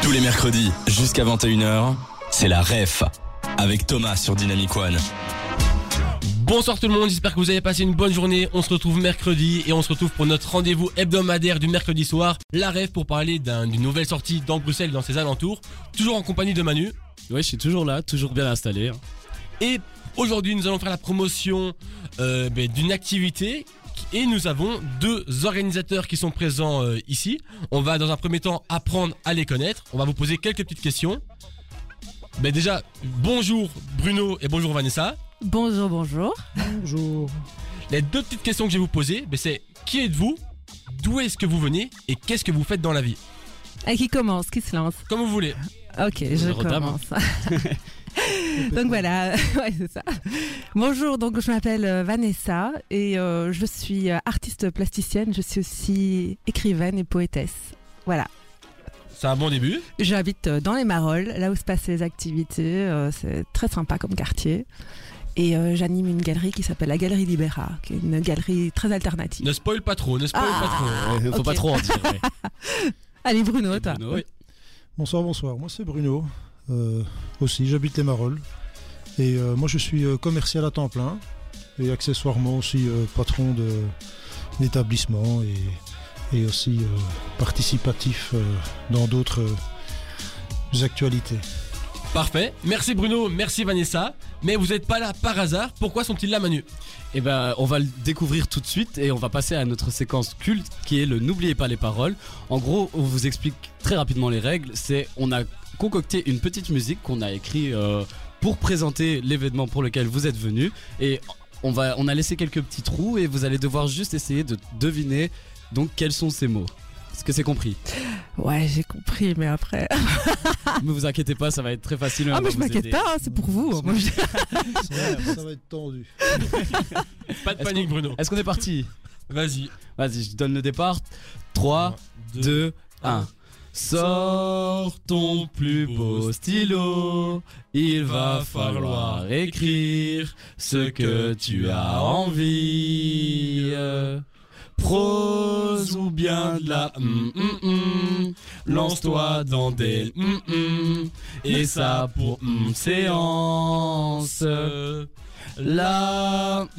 Tous les mercredis, jusqu'à 21h, c'est la REF, avec Thomas sur Dynamic One. Bonsoir tout le monde, j'espère que vous avez passé une bonne journée. On se retrouve mercredi et on se retrouve pour notre rendez-vous hebdomadaire du mercredi soir, la REF, pour parler d'une nouvelle sortie dans Bruxelles, dans ses alentours. Toujours en compagnie de Manu. Ouais, je suis toujours là, toujours bien installé. Et aujourd'hui, nous allons faire la promotion d'une activité. Et nous avons deux organisateurs qui sont présents ici. On va dans un premier temps apprendre à les connaître. On va vous poser quelques petites questions. Déjà, bonjour Bruno et bonjour Vanessa. Bonjour, bonjour. Bonjour. Les deux petites questions que je vais vous poser, c'est qui êtes-vous, d'où est-ce que vous venez et qu'est-ce que vous faites dans la vie? Et qui commence, qui se lance? Comme vous voulez. Ok, je commence. Donc voilà, ouais, c'est ça. Bonjour, donc je m'appelle Vanessa et je suis artiste plasticienne, je suis aussi écrivaine et poétesse. Voilà. C'est un bon début. J'habite dans les Marolles, là où se passent les activités, c'est très sympa comme quartier. Et j'anime une galerie qui s'appelle la Galerie Libera, qui est une galerie très alternative. Ne spoil pas trop, Faut pas trop en dire. Ouais. Allez Bruno, toi. Bruno, oui. Bonsoir. Moi c'est Bruno. Aussi, j'habite les Marolles. Et moi je suis commercial à temps plein. Et accessoirement aussi patron d'établissement et aussi participatif dans d'autres actualités. Parfait. Merci Bruno, merci Vanessa. Mais vous n'êtes pas là par hasard. Pourquoi sont-ils là, Manu? Et on va le découvrir tout de suite et on va passer à notre séquence culte qui est le N'oubliez pas les paroles. En gros, on vous explique très rapidement les règles. On a concocté une petite musique qu'on a écrite pour présenter l'événement pour lequel vous êtes venus. Et on a laissé quelques petits trous et vous allez devoir juste essayer de deviner donc quels sont ces mots. Est-ce que c'est compris? Ouais, j'ai compris, mais après... Ne vous inquiétez pas, ça va être très facile. Ah mais je m'inquiète pas, c'est pour vous. Moi, Ça va être tendu. Pas de panique Bruno. Est-ce qu'on est parti? Vas-y, je donne le départ. 3, 2, 1. Sors ton plus beau stylo, il va falloir écrire ce que tu as envie. Prose ou bien de la lance-toi dans des et ça pour séance. Là,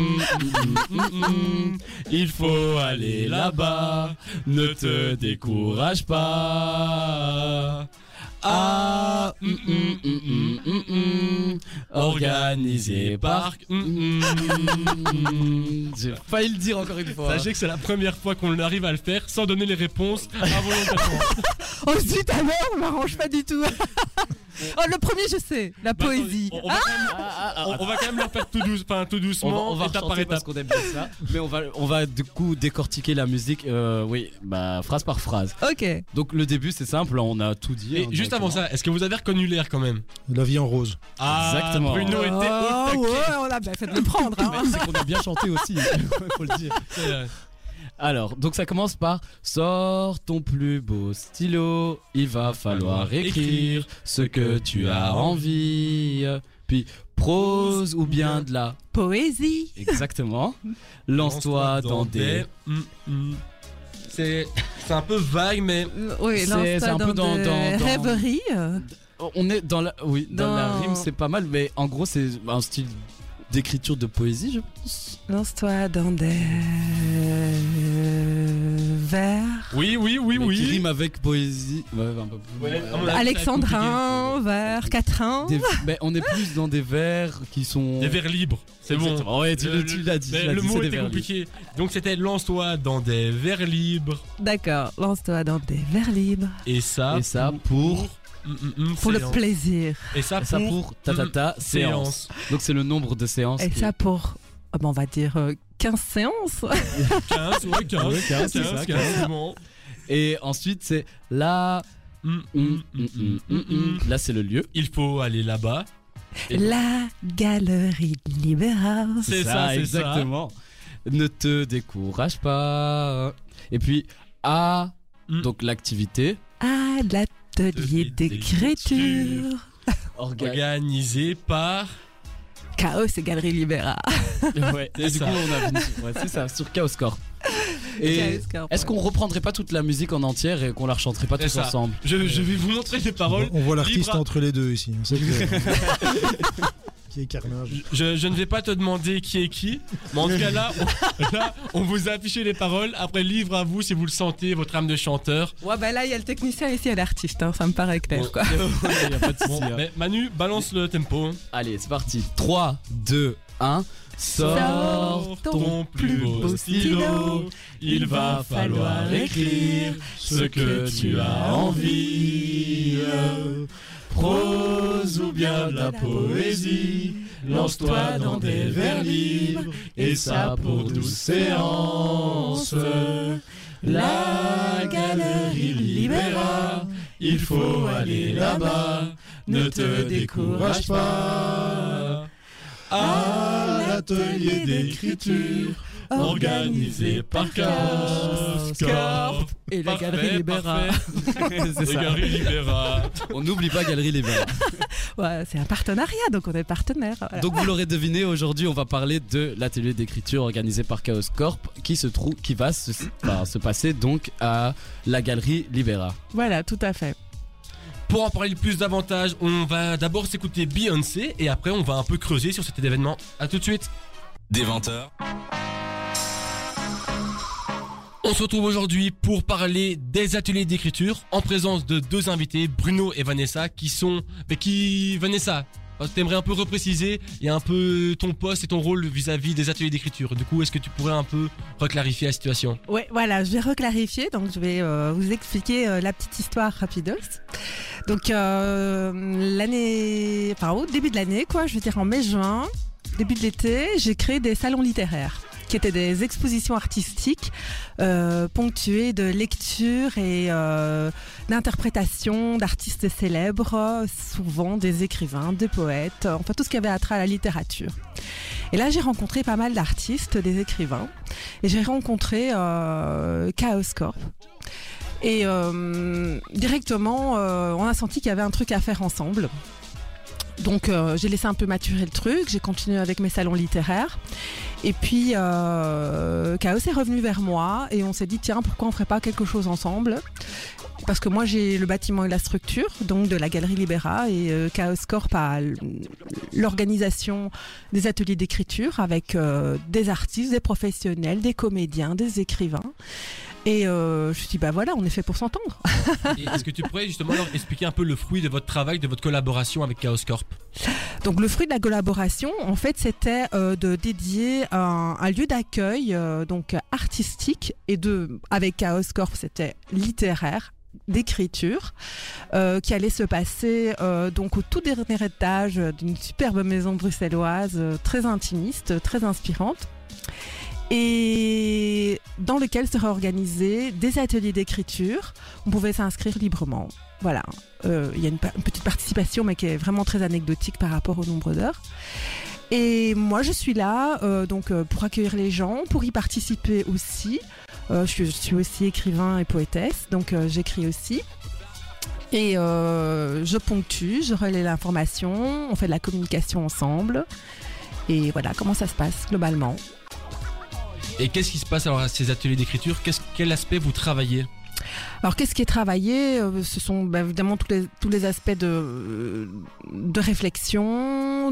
il faut aller là-bas, ne te décourage pas. Organisé par... J'ai failli le dire encore une fois. Sachez que c'est la première fois qu'on arrive à le faire sans donner les réponses involontairement. Oh zut alors, on m'arrange pas du tout. Oh le premier je sais, la poésie. On va quand même le faire tout doucement, on va étape par étape. parce qu'on aime bien ça. Mais on va du coup décortiquer la musique, phrase par phrase. Ok. Donc le début c'est simple, on a tout dit. Et juste avant ça, est-ce que vous avez reconnu l'air quand même? La vie en rose. Exactement. Bruno était au taquet. Ouais, on a bien fait de le prendre. Hein. C'est qu'on a bien chanté aussi, faut le dire. Alors, donc ça commence par sors ton plus beau stylo, il va falloir écrire ce que tu as envie. Puis prose ou bien de la poésie. Exactement. Lance-toi dans des... C'est un peu vague, mais... Oui, c'est un peu dans rêveries. On est dans la... Oui, dans la rime c'est pas mal, mais en gros c'est un style d'écriture de poésie, je pense. Lance-toi dans des vers. Oui. Qui rime avec poésie. Ouais, un peu plus. Alexandrin, vers, quatrain. On est plus dans des vers qui sont... Des vers libres, c'est bon. Ouais, tu l'as dit. Le mot était compliqué. Donc c'était lance-toi dans des vers libres. D'accord, lance-toi dans des vers libres. Et ça pour le plaisir. Et ça pour séance. Donc c'est le nombre de séances. Et ça pour, on va dire 15 séances. 15, c'est bon. Et ensuite c'est là. Là c'est le lieu. Il faut aller là-bas. La Galerie Libera. C'est ça, exactement. Ne te décourage pas. Et puis donc l'activité. L'atelier d'écriture. Organisé par... Chaos et Galerie Libera. Ouais, et du coup on a c'est ça, sur Chaos Score. Et Chaos Corp, est-ce qu'on reprendrait pas toute la musique en entière et qu'on la rechanterait pas C'est tous ça. ensemble? Je vais vous montrer les paroles. On voit l'artiste Libre à- entre les deux ici. C'est clair. Qui est carnage. Je ne vais pas te demander qui est qui, mais en tout cas là, on vous a affiché les paroles. Après, livre à vous si vous le sentez, votre âme de chanteur. Ouais, bah là, il y a le technicien ici, il y a l'artiste, hein, ça me paraît clair, Bon. quoi. Y a pas de souci, Bon, hein. mais Manu, balance le tempo. Allez, c'est parti. 3, 2, 1. Sors ton plus beau stylo, il va falloir écrire ce que tu as envie. Prose ou bien de la poésie, lance-toi dans des vers libres, et ça pour 12 séances. La galerie Libera, il faut aller là-bas, ne te décourage pas. À l'atelier d'écriture, organisé par Chaos Corp. Et la Galerie Libera. C'est ça. Galerie Libera. On n'oublie pas Galerie Libera. Ouais, c'est un partenariat, donc on est partenaire. Voilà. Donc vous l'aurez deviné, aujourd'hui on va parler de l'atelier d'écriture organisé par Chaos Corp qui va se passer donc à la Galerie Libera. Voilà, tout à fait. Pour en parler plus davantage, on va d'abord s'écouter Beyoncé et après on va un peu creuser sur cet événement. A tout de suite. Des 20h, On se retrouve aujourd'hui pour parler des ateliers d'écriture en présence de deux invités, Bruno et Vanessa, Vanessa, t'aimerais un peu repréciser et un peu ton poste et ton rôle vis-à-vis des ateliers d'écriture. Du coup, est-ce que tu pourrais un peu reclarifier la situation? Ouais, voilà, je vais reclarifier, donc je vais vous expliquer la petite histoire rapidos. Donc au début de l'année, quoi, je veux dire en mai-juin, début de l'été, j'ai créé des salons littéraires qui étaient des expositions artistiques ponctuées de lectures et d'interprétations d'artistes célèbres, souvent des écrivains, des poètes, enfin tout ce qui avait attrait à la littérature. Et là, j'ai rencontré pas mal d'artistes, des écrivains, et j'ai rencontré Chaos Corp. Et directement, on a senti qu'il y avait un truc à faire ensemble. Donc j'ai laissé un peu maturer le truc, j'ai continué avec mes salons littéraires. Et puis Chaos est revenu vers moi et on s'est dit tiens, pourquoi on ferait pas quelque chose ensemble? Parce que moi j'ai le bâtiment et la structure donc de la Galerie Libera et Chaos Corp a l'organisation des ateliers d'écriture avec des artistes, des professionnels, des comédiens, des écrivains. Et je me suis dit bah voilà, on est fait pour s'entendre. Et est-ce que tu pourrais justement alors expliquer un peu le fruit de votre travail, de votre collaboration avec Chaos Corp? Donc le fruit de la collaboration, en fait, c'était de dédier un lieu d'accueil donc artistique et avec Chaos Corp, c'était littéraire, d'écriture, qui allait se passer donc au tout dernier étage d'une superbe maison bruxelloise, très intimiste, très inspirante. Et dans lequel seraient organisés des ateliers d'écriture. On pouvait s'inscrire librement. Voilà, il y a une petite participation, mais qui est vraiment très anecdotique par rapport au nombre d'heures. Et moi, je suis là donc pour accueillir les gens, pour y participer aussi. Je suis aussi écrivain et poétesse, donc j'écris aussi. Et je ponctue, je relais l'information, on fait de la communication ensemble. Et voilà comment ça se passe globalement. Et qu'est-ce qui se passe alors à ces ateliers d'écriture? Quel aspect vous travaillez? Alors qu'est-ce qui est travaillé? Ce sont évidemment tous les aspects de réflexion,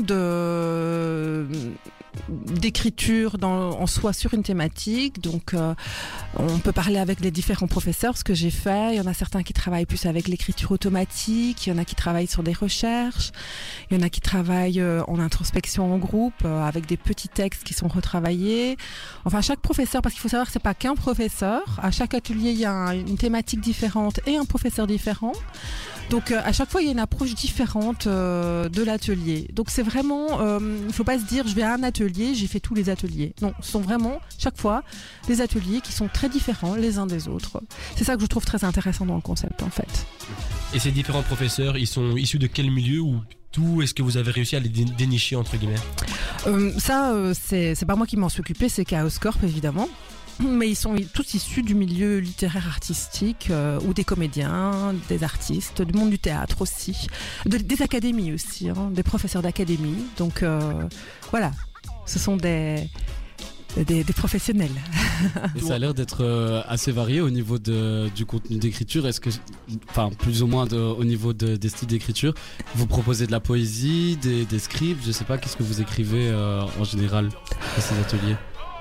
d'écriture en soi sur une thématique. Donc on peut parler avec les différents professeurs, ce que j'ai fait. Il y en a certains qui travaillent plus avec l'écriture automatique, il y en a qui travaillent sur des recherches, il y en a qui travaillent en introspection en groupe avec des petits textes qui sont retravaillés. Enfin chaque professeur, parce qu'il faut savoir que c'est pas qu'un professeur, à chaque atelier il y a une thématique différente et un professeur différent. Donc à chaque fois il y a une approche différente de l'atelier. Donc c'est vraiment, il ne faut pas se dire je vais à un atelier, j'ai fait tous les ateliers. Non, ce sont vraiment chaque fois des ateliers qui sont très différents les uns des autres. C'est ça que je trouve très intéressant dans le concept en fait. Et ces différents professeurs, ils sont issus de quel milieu ou d'où est-ce que vous avez réussi à les dénicher entre guillemets? C'est pas moi qui m'en suis occupé, c'est Chaos Corp évidemment. Mais ils sont tous issus du milieu littéraire artistique ou des comédiens, des artistes, du monde du théâtre aussi, des académies aussi, hein, des professeurs d'académie. Donc voilà, ce sont des des professionnels. Et ça a l'air d'être assez varié au niveau du contenu d'écriture. Est-ce que, enfin, plus ou moins au niveau des styles d'écriture, vous proposez de la poésie, des scripts, je sais pas, qu'est-ce que vous écrivez en général à ces ateliers?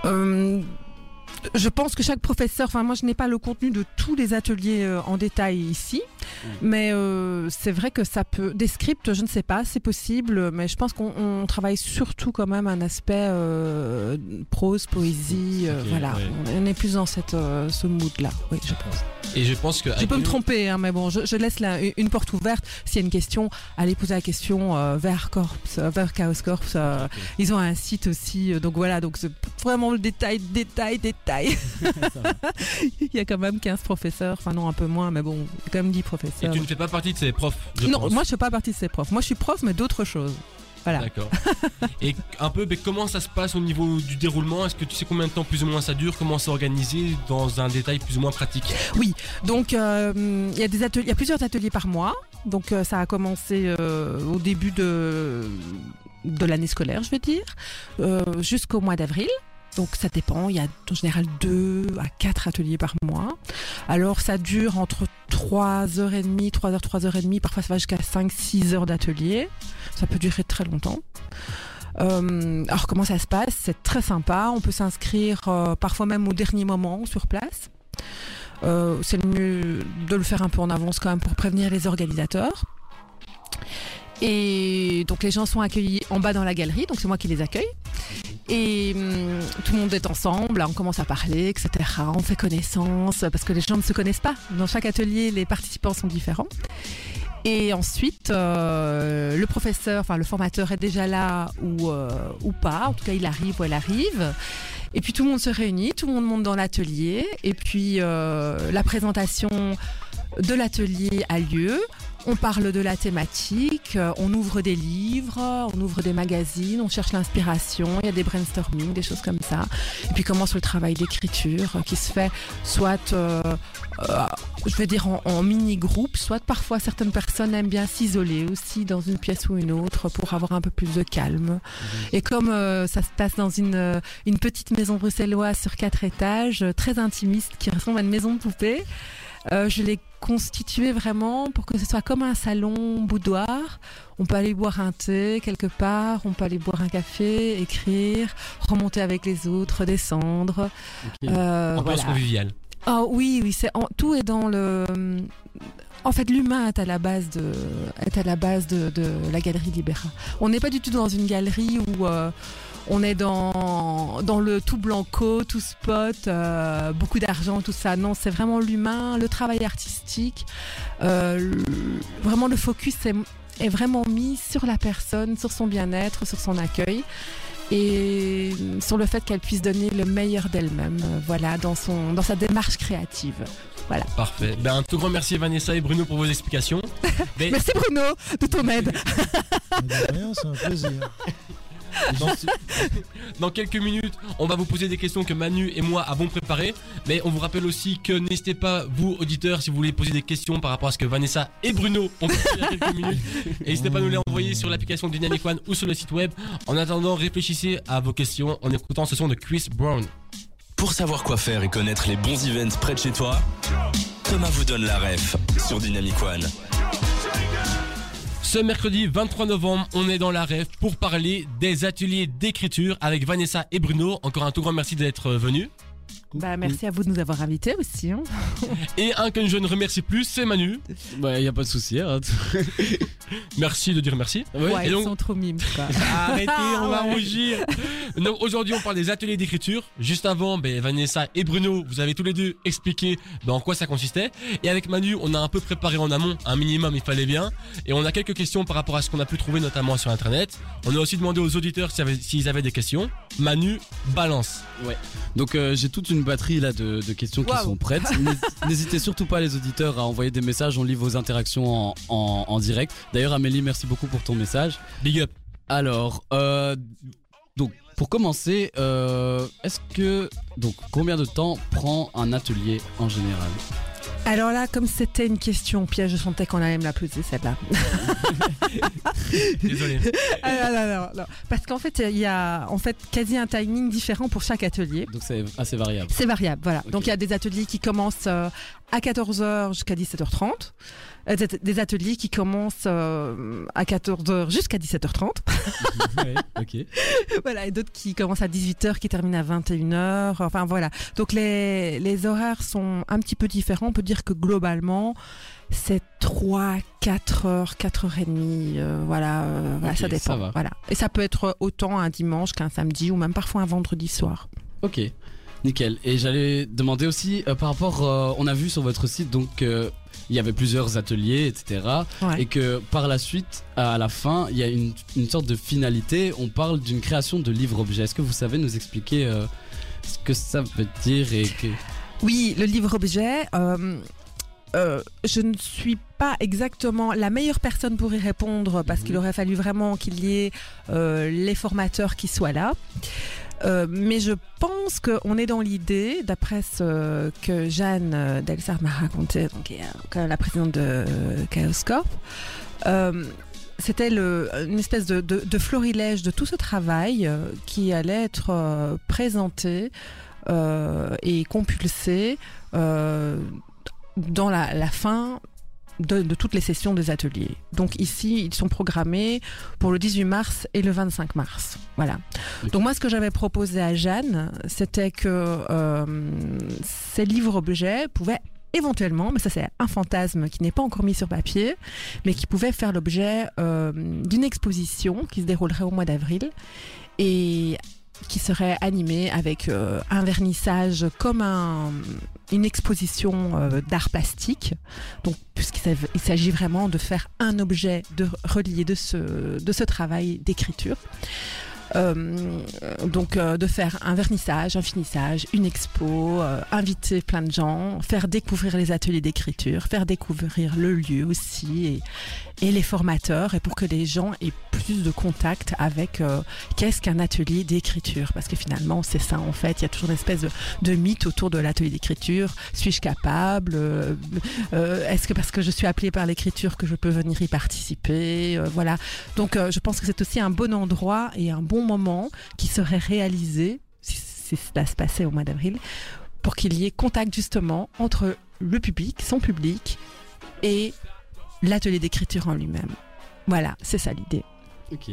Je pense que chaque professeur, enfin moi je n'ai pas le contenu de tous les ateliers en détail ici, mais c'est vrai que ça peut, des scripts, je ne sais pas, c'est possible, mais je pense qu'on travaille surtout quand même un aspect prose, poésie, voilà, ouais. On est plus dans ce mood-là, oui, je pense. Et je pense que je peux me tromper, hein, mais bon, je laisse là une porte ouverte. S'il y a une question, allez poser la question vers Chaos Corps. Ils ont un site aussi, donc voilà, donc c'est vraiment le détail. Il y a quand même 15 professeurs, enfin non, un peu moins, mais bon, il y a quand même 10 professeurs. Et tu ne fais pas partie de ces profs? Non, moi je fais pas partie de ces profs. Moi je suis prof, mais d'autres choses. Voilà. D'accord. Et un peu, mais comment ça se passe au niveau du déroulement? Est-ce que tu sais combien de temps plus ou moins ça dure? Comment c'est organisé dans un détail plus ou moins pratique? Oui, donc il y a des ateliers, il y a plusieurs ateliers par mois. Donc ça a commencé au début de l'année scolaire, je veux dire, jusqu'au mois d'avril. Donc ça dépend, il y a en général 2 à 4 ateliers par mois. Alors ça dure entre 3h30, 3h30, parfois ça va jusqu'à 5-6 heures d'atelier. Ça peut durer très longtemps. Alors comment ça se passe? C'est très sympa, on peut s'inscrire parfois même au dernier moment sur place. C'est le mieux de le faire un peu en avance quand même pour prévenir les organisateurs. Et donc les gens sont accueillis en bas dans la galerie, donc c'est moi qui les accueille. Et tout le monde est ensemble, là, on commence à parler, etc. On fait connaissance, parce que les gens ne se connaissent pas. Dans chaque atelier, les participants sont différents. Et ensuite, le professeur, enfin le formateur est déjà là ou pas. En tout cas, il arrive ou elle arrive. Et puis tout le monde se réunit, tout le monde monte dans l'atelier. Et puis la présentation de l'atelier a lieu. On parle de la thématique, on ouvre des livres, on ouvre des magazines, on cherche l'inspiration, il y a des brainstorming, des choses comme ça. Et puis commence le travail d'écriture qui se fait soit, je vais dire en mini-groupe, soit parfois certaines personnes aiment bien s'isoler aussi dans une pièce ou une autre pour avoir un peu plus de calme. Et comme ça se passe dans une petite maison bruxelloise sur 4 étages, très intimiste, qui ressemble à une maison de poupée, je l'ai constitué vraiment pour que ce soit comme un salon boudoir. On peut aller boire un thé quelque part, on peut aller boire un café, écrire, remonter avec les autres, descendre. Okay. Ambiance conviviale. Oh oui, tout est dans le. En fait, l'humain est à la base de la galerie Libera. On n'est pas du tout dans une galerie où on est dans le tout blanco, tout spot, beaucoup d'argent, tout ça. Non, c'est vraiment l'humain, le travail artistique. Vraiment, le focus est vraiment mis sur la personne, sur son bien-être, sur son accueil. Et sur le fait qu'elle puisse donner le meilleur d'elle-même, voilà, dans sa démarche créative. Voilà. Parfait. Un tout grand merci Vanessa et Bruno pour vos explications. Merci Bruno de ton aide. Rien, c'est un plaisir. Dans quelques minutes, on va vous poser des questions que Manu et moi avons préparées. Mais on vous rappelle aussi que n'hésitez pas, vous auditeurs, si vous voulez poser des questions par rapport à ce que Vanessa et Bruno ont posé il y a quelques minutes, n'hésitez pas à nous les envoyer sur l'application Dynamic One ou sur le site web. En attendant, réfléchissez à vos questions en écoutant ce son de Chris Brown. Pour savoir quoi faire et connaître les bons events près de chez toi, Thomas vous donne la ref sur Dynamic One. Ce mercredi 23 novembre, on est dans la ref pour parler des ateliers d'écriture avec Vanessa et Bruno. Encore un tout grand merci d'être venus. Merci à vous de nous avoir invités aussi. Hein. Et un que je ne remercie plus, c'est Manu. Y a pas de souci. Hein. Merci de dire merci. Ouais, ils sont trop mimes. Arrêtez, on va rougir. Donc aujourd'hui, on parle des ateliers d'écriture. Juste avant, Vanessa et Bruno, vous avez tous les deux expliqué en quoi ça consistait. Et avec Manu, on a un peu préparé en amont, un minimum, il fallait bien. Et on a quelques questions par rapport à ce qu'on a pu trouver, notamment sur Internet. On a aussi demandé aux auditeurs s'ils avaient des questions. Manu, balance. Ouais. Donc j'ai toute une batterie là de questions qui sont prêtes. N'hésitez surtout pas les auditeurs à envoyer des messages, on lit vos interactions en direct. D'ailleurs Amélie, merci beaucoup pour ton message. Big up. Alors donc pour commencer, combien de temps prend un atelier en général? Alors là, comme c'était une question piège, je sentais qu'on allait me la poser celle-là. Désolé. Non. Parce qu'en fait, il y a quasi un timing différent pour chaque atelier. Donc c'est assez variable. C'est variable, voilà. Okay. Donc il y a des ateliers qui commencent à 14h jusqu'à 17h30. Des ateliers qui commencent à 14h jusqu'à 17h30. Ouais, ok. Voilà, et d'autres qui commencent à 18h, qui terminent à 21h. Enfin voilà. Donc les horaires sont un petit peu différents. On peut dire que globalement, c'est 3, 4 heures, 4h30. Voilà, Okay, ça dépend. ça va. Voilà. Et ça peut être autant un dimanche qu'un samedi ou même parfois un vendredi soir. Ok, nickel. Et j'allais demander aussi par rapport, on a vu sur votre site donc il y avait plusieurs ateliers, etc. Ouais. Et que par la suite, à la fin, il y a une sorte de finalité. On parle d'une création de livre-objet. Est-ce que vous savez nous expliquer ce que ça veut dire et que... Oui, le livre-objet. Je ne suis pas exactement la meilleure personne pour y répondre parce qu'il aurait fallu vraiment qu'il y ait les formateurs qui soient là. Mais je pense qu'on est dans l'idée, d'après ce que Jeanne Delsart m'a raconté, donc, qui est la présidente de Chaos Corp, c'était une espèce de florilège de tout ce travail qui allait être présenté et compulsé dans la fin de toutes les sessions des ateliers. Donc ici, ils sont programmés pour le 18 mars et le 25 mars. Voilà. Okay. Donc moi, ce que j'avais proposé à Jeanne, c'était que ces livres-objets pouvaient éventuellement, mais ça c'est un fantasme qui n'est pas encore mis sur papier, mais qui pouvait faire l'objet d'une exposition qui se déroulerait au mois d'avril et qui serait animée avec un vernissage comme une exposition d'art plastique. Donc, puisqu'il s'agit vraiment de faire un objet relié de ce travail d'écriture. Donc de faire un vernissage, un finissage, une expo, inviter plein de gens, faire découvrir les ateliers d'écriture, faire découvrir le lieu aussi et les formateurs, et pour que les gens aient plus de contact avec qu'est-ce qu'un atelier d'écriture, parce que finalement c'est ça en fait, il y a toujours une espèce de mythe autour de l'atelier d'écriture. Suis-je capable, est-ce que parce que je suis appelée par l'écriture que je peux venir y participer, voilà. Donc je pense que c'est aussi un bon endroit et un bon moment qui serait réalisé si cela se passait au mois d'avril, pour qu'il y ait contact justement entre le public, son public, et l'atelier d'écriture en lui-même. Voilà, c'est ça l'idée. Ok.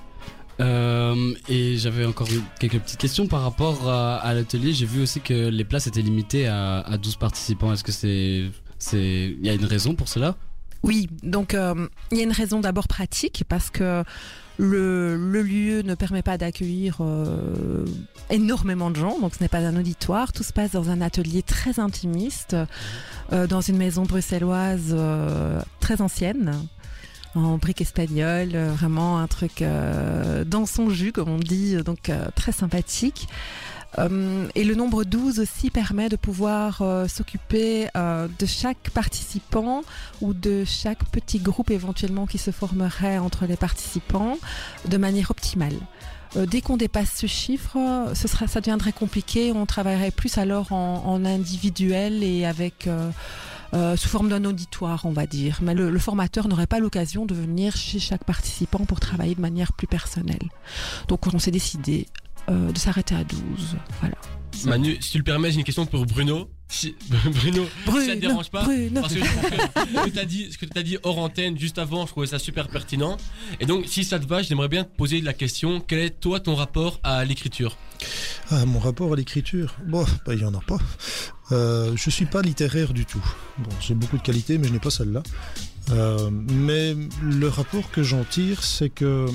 Et j'avais encore quelques petites questions par rapport à l'atelier. J'ai vu aussi que les places étaient limitées à 12 participants. Est-ce que il y a une raison pour cela ? Oui, donc il y a une raison d'abord pratique, parce que le lieu ne permet pas d'accueillir énormément de gens, donc ce n'est pas un auditoire. Tout se passe dans un atelier très intimiste, dans une maison bruxelloise très ancienne, en briques espagnoles, vraiment un truc dans son jus, comme on dit, donc très sympathique. Et le nombre 12 aussi permet de pouvoir s'occuper de chaque participant ou de chaque petit groupe éventuellement qui se formerait entre les participants de manière optimale. Dès qu'on dépasse ce chiffre, ça deviendrait compliqué. On travaillerait plus alors en individuel et avec sous forme d'un auditoire, on va dire. Mais le formateur n'aurait pas l'occasion de venir chez chaque participant pour travailler de manière plus personnelle. Donc on s'est décidé de s'arrêter à 12. Voilà. Manu, si tu le permets, j'ai une question pour Bruno. Bruno, si ça te dérange pas, parce que je trouve que ce que tu as dit hors antenne juste avant, je trouvais ça super pertinent. Et donc, si ça te va, j'aimerais bien te poser la question, quel est toi ton rapport à l'écriture ? Mon rapport à l'écriture, il y en a pas. Je suis pas littéraire du tout. Bon, j'ai beaucoup de qualités, mais je n'ai pas celle-là. Mais le rapport que j'en tire, c'est que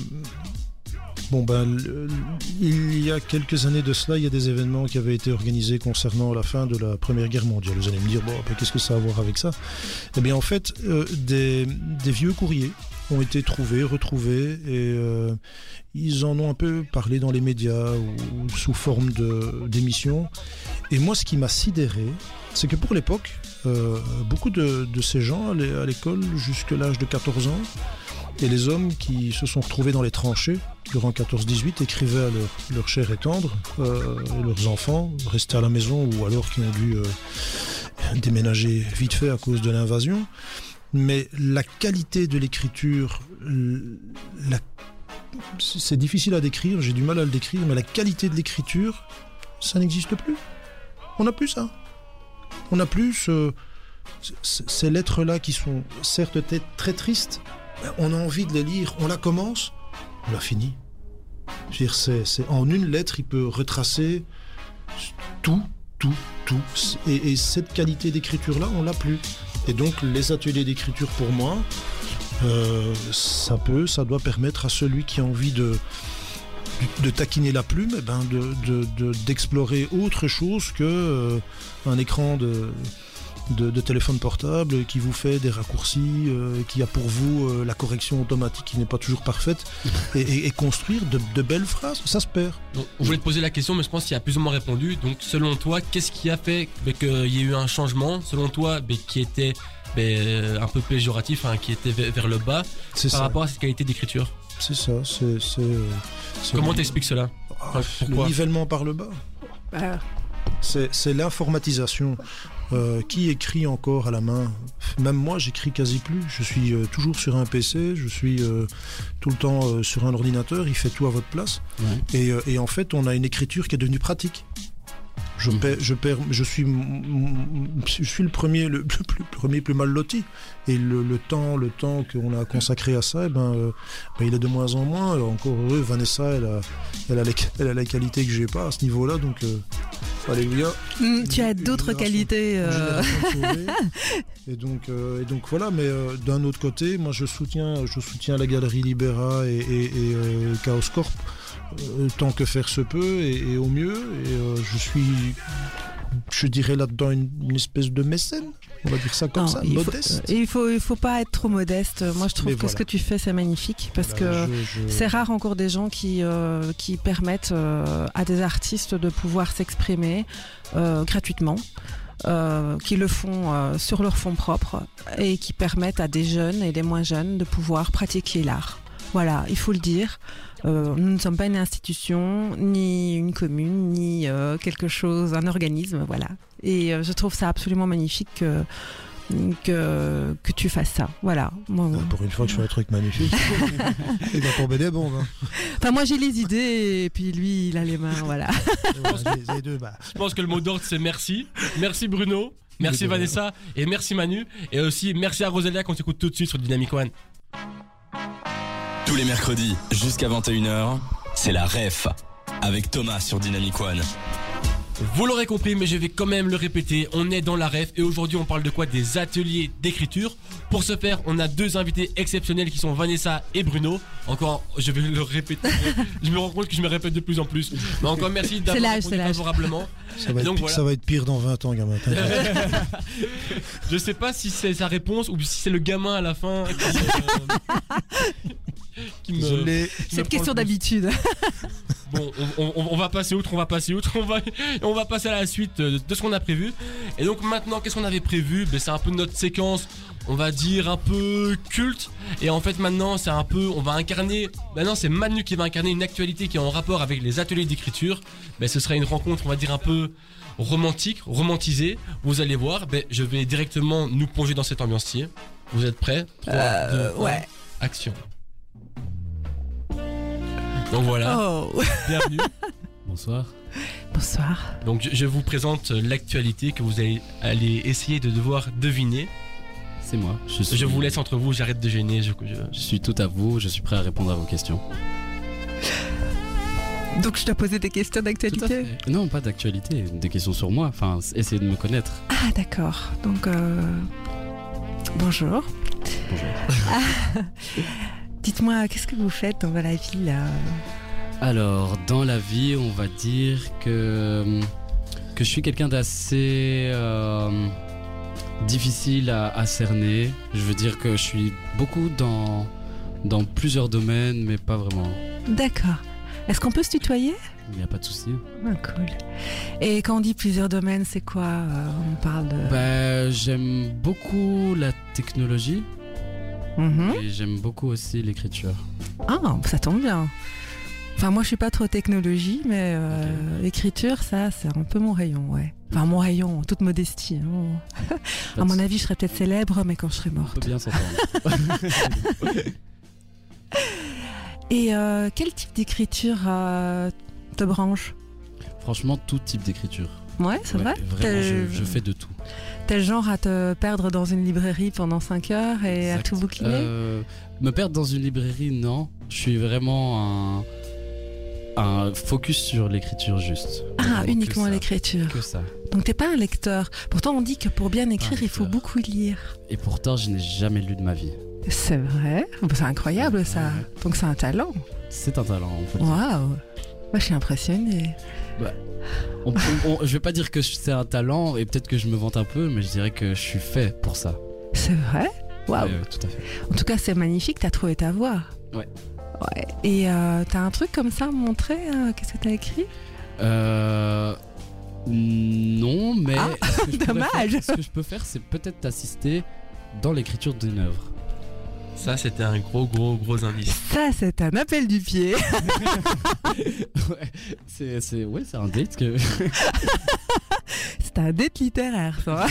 il y a quelques années de cela, il y a des événements qui avaient été organisés concernant la fin de la Première Guerre mondiale. Vous allez me dire, qu'est-ce que ça a à voir avec ça ? Eh bien, en fait, des vieux courriers ont été retrouvés, et ils en ont un peu parlé dans les médias ou sous forme d'émissions. Et moi, ce qui m'a sidéré, c'est que pour l'époque, beaucoup de ces gens allaient à l'école jusqu'à l'âge de 14 ans. Et les hommes qui se sont retrouvés dans les tranchées durant 14-18 écrivaient à leur chair et tendre, leurs enfants restaient à la maison, ou alors qui ont dû déménagé vite fait à cause de l'invasion. Mais la qualité de l'écriture, c'est difficile à décrire, j'ai du mal à le décrire, mais la qualité de l'écriture, ça n'existe plus. On n'a plus ça. On n'a plus ces lettres-là qui sont certes très tristes, mais on a envie de les lire, on la commence, on l'a fini. Je veux dire, c'est en une lettre, il peut retracer tout. Et cette qualité d'écriture-là, on l'a plus. Et donc, les ateliers d'écriture, pour moi, ça doit permettre à celui qui a envie de taquiner la plume, d'explorer autre chose que un écran de téléphone portable qui vous fait des raccourcis, qui a pour vous la correction automatique qui n'est pas toujours parfaite, et construire de belles phrases, ça se perd. Donc, on voulait te poser la question, mais je pense qu'il y a plus ou moins répondu. Donc selon toi, qu'est-ce qui a fait qu'il y ait eu un changement, selon toi, qui était un peu péjoratif, qui était vers le bas, rapport à cette qualité d'écriture? C'est ça, Comment t'expliques cela? Le nivellement par le bas. C'est l'informatisation. Qui écrit encore à la main? Même moi, j'écris quasi plus. Je suis toujours sur un PC, je suis tout le temps sur un ordinateur, il fait tout à votre place. Ouais. Et en fait, on a une écriture qui est devenue pratique. Je suis le premier, le plus mal loti. Et le temps qu'on a consacré à ça, il est de moins en moins. Encore heureux, Vanessa, elle a la qualité que j'ai pas à ce niveau-là, donc alléluia. Tu as d'autres qualités. Et donc voilà. Mais d'un autre côté, moi je soutiens la Galerie Libera et Chaos Corp. Tant que faire se peut et au mieux, et je dirais là-dedans une espèce de mécène, on va dire ça comme ça, modeste. Il faut pas être trop modeste. Moi je trouve que ce que tu fais c'est magnifique, parce que c'est rare encore des gens qui permettent à des artistes de pouvoir s'exprimer gratuitement. Qui le font sur leur fonds propres et qui permettent à des jeunes et des moins jeunes de pouvoir pratiquer l'art. Voilà, il faut le dire. Nous ne sommes pas une institution, ni une commune, ni quelque chose, un organisme, voilà. Et je trouve ça absolument magnifique que tu fasses ça, voilà. Pour une fois que je fais un truc magnifique, il va tomber des bombes. Enfin, moi j'ai les idées et puis lui il a les mains, voilà. Je pense que le mot d'ordre c'est merci. Merci Bruno, merci Vanessa et merci Manu. Et aussi merci à Rosalia qu'on t'écoute tout de suite sur Dynamic One. Tous les mercredis, jusqu'à 21h, c'est la ref avec Thomas sur Dynamic One. Vous l'aurez compris, mais je vais quand même le répéter, on est dans la ref et aujourd'hui on parle de quoi? Des ateliers d'écriture. Pour ce faire, on a deux invités exceptionnels qui sont Vanessa et Bruno. Encore, je vais le répéter, je me rends compte que je me répète de plus en plus. Mais encore merci d'avoir répondu favorablement. Ça va être pire dans 20 ans, gamin. Je sais pas si c'est sa réponse ou si c'est le gamin à la fin qui me... C'est une question d'habitude. Bon, on va passer outre, on va passer à la suite de ce qu'on a prévu. Et donc maintenant, qu'est-ce qu'on avait prévu? C'est un peu notre séquence, on va dire un peu culte. Et en fait maintenant, c'est un peu, on va incarner, maintenant c'est Manu qui va incarner une actualité qui est en rapport avec les ateliers d'écriture. Ce sera une rencontre, on va dire un peu romantisée. Vous allez voir, je vais directement nous plonger dans cette ambiance-ci. Vous êtes prêts? 3, 2, 1, action. Donc voilà, bienvenue. Bonsoir. Bonsoir. Donc je vous présente l'actualité que vous allez essayer de devoir deviner. C'est moi. Je vous laisse entre vous, j'arrête de gêner. Je suis tout à vous, je suis prêt à répondre à vos questions. Donc je dois poser des questions d'actualité? Non, pas d'actualité, des questions sur moi, enfin essayez de me connaître. Ah d'accord, donc bonjour. Bonjour. Dites-moi, qu'est-ce que vous faites dans la vie là? Alors, dans la vie, on va dire que je suis quelqu'un d'assez difficile à cerner. Je veux dire que je suis beaucoup dans plusieurs domaines, mais pas vraiment. D'accord. Est-ce qu'on peut se tutoyer? Il n'y a pas de souci. Ah, cool. Et quand on dit plusieurs domaines, c'est quoi? On parle de... J'aime beaucoup la technologie. Et j'aime beaucoup aussi l'écriture. Ah, ça tombe bien. Enfin, moi, je suis pas trop technologie, mais écriture, ça, c'est un peu mon rayon, ouais. Enfin, mon rayon, en toute modestie. Hein. À mon avis, je serais peut-être célèbre, mais quand je serai On morte. peut bien s'entendre. Et quel type d'écriture te branche? Franchement, tout type d'écriture. Ouais, c'est Ouais, vrai. Vraiment, je fais de tout. T'es le genre à te perdre dans une librairie pendant 5 heures et Exact. à tout bouquiner? Me perdre dans une librairie, non. Je suis vraiment un focus sur l'écriture juste. Ah, Vraiment uniquement que ça. l'écriture. Que ça. Donc t'es pas un lecteur. Pourtant, on dit que pour bien écrire, il faut lecteur. beaucoup lire. Et pourtant, je n'ai jamais lu de ma vie. C'est vrai? C'est incroyable ça. Ouais. Donc c'est un talent. C'est un talent, on peut le dire. Waouh! Moi, je suis impressionnée. Je vais pas dire que c'est un talent et peut-être que je me vante un peu, mais je dirais que je suis fait pour ça. C'est vrai? Waouh! Ouais, tout à fait. En tout cas, c'est magnifique, t'as trouvé ta voix. Ouais. Ouais. Et t'as un truc comme ça à me montrer? Qu'est-ce que t'as écrit? Non, mais Ah, ce que je pourrais dommage. faire- ce que je peux faire, c'est peut-être t'assister dans l'écriture d'une œuvre. Ça, c'était un gros indice. Ça, c'est un appel du pied. Ouais, c'est un date que. C'est un date littéraire, ça.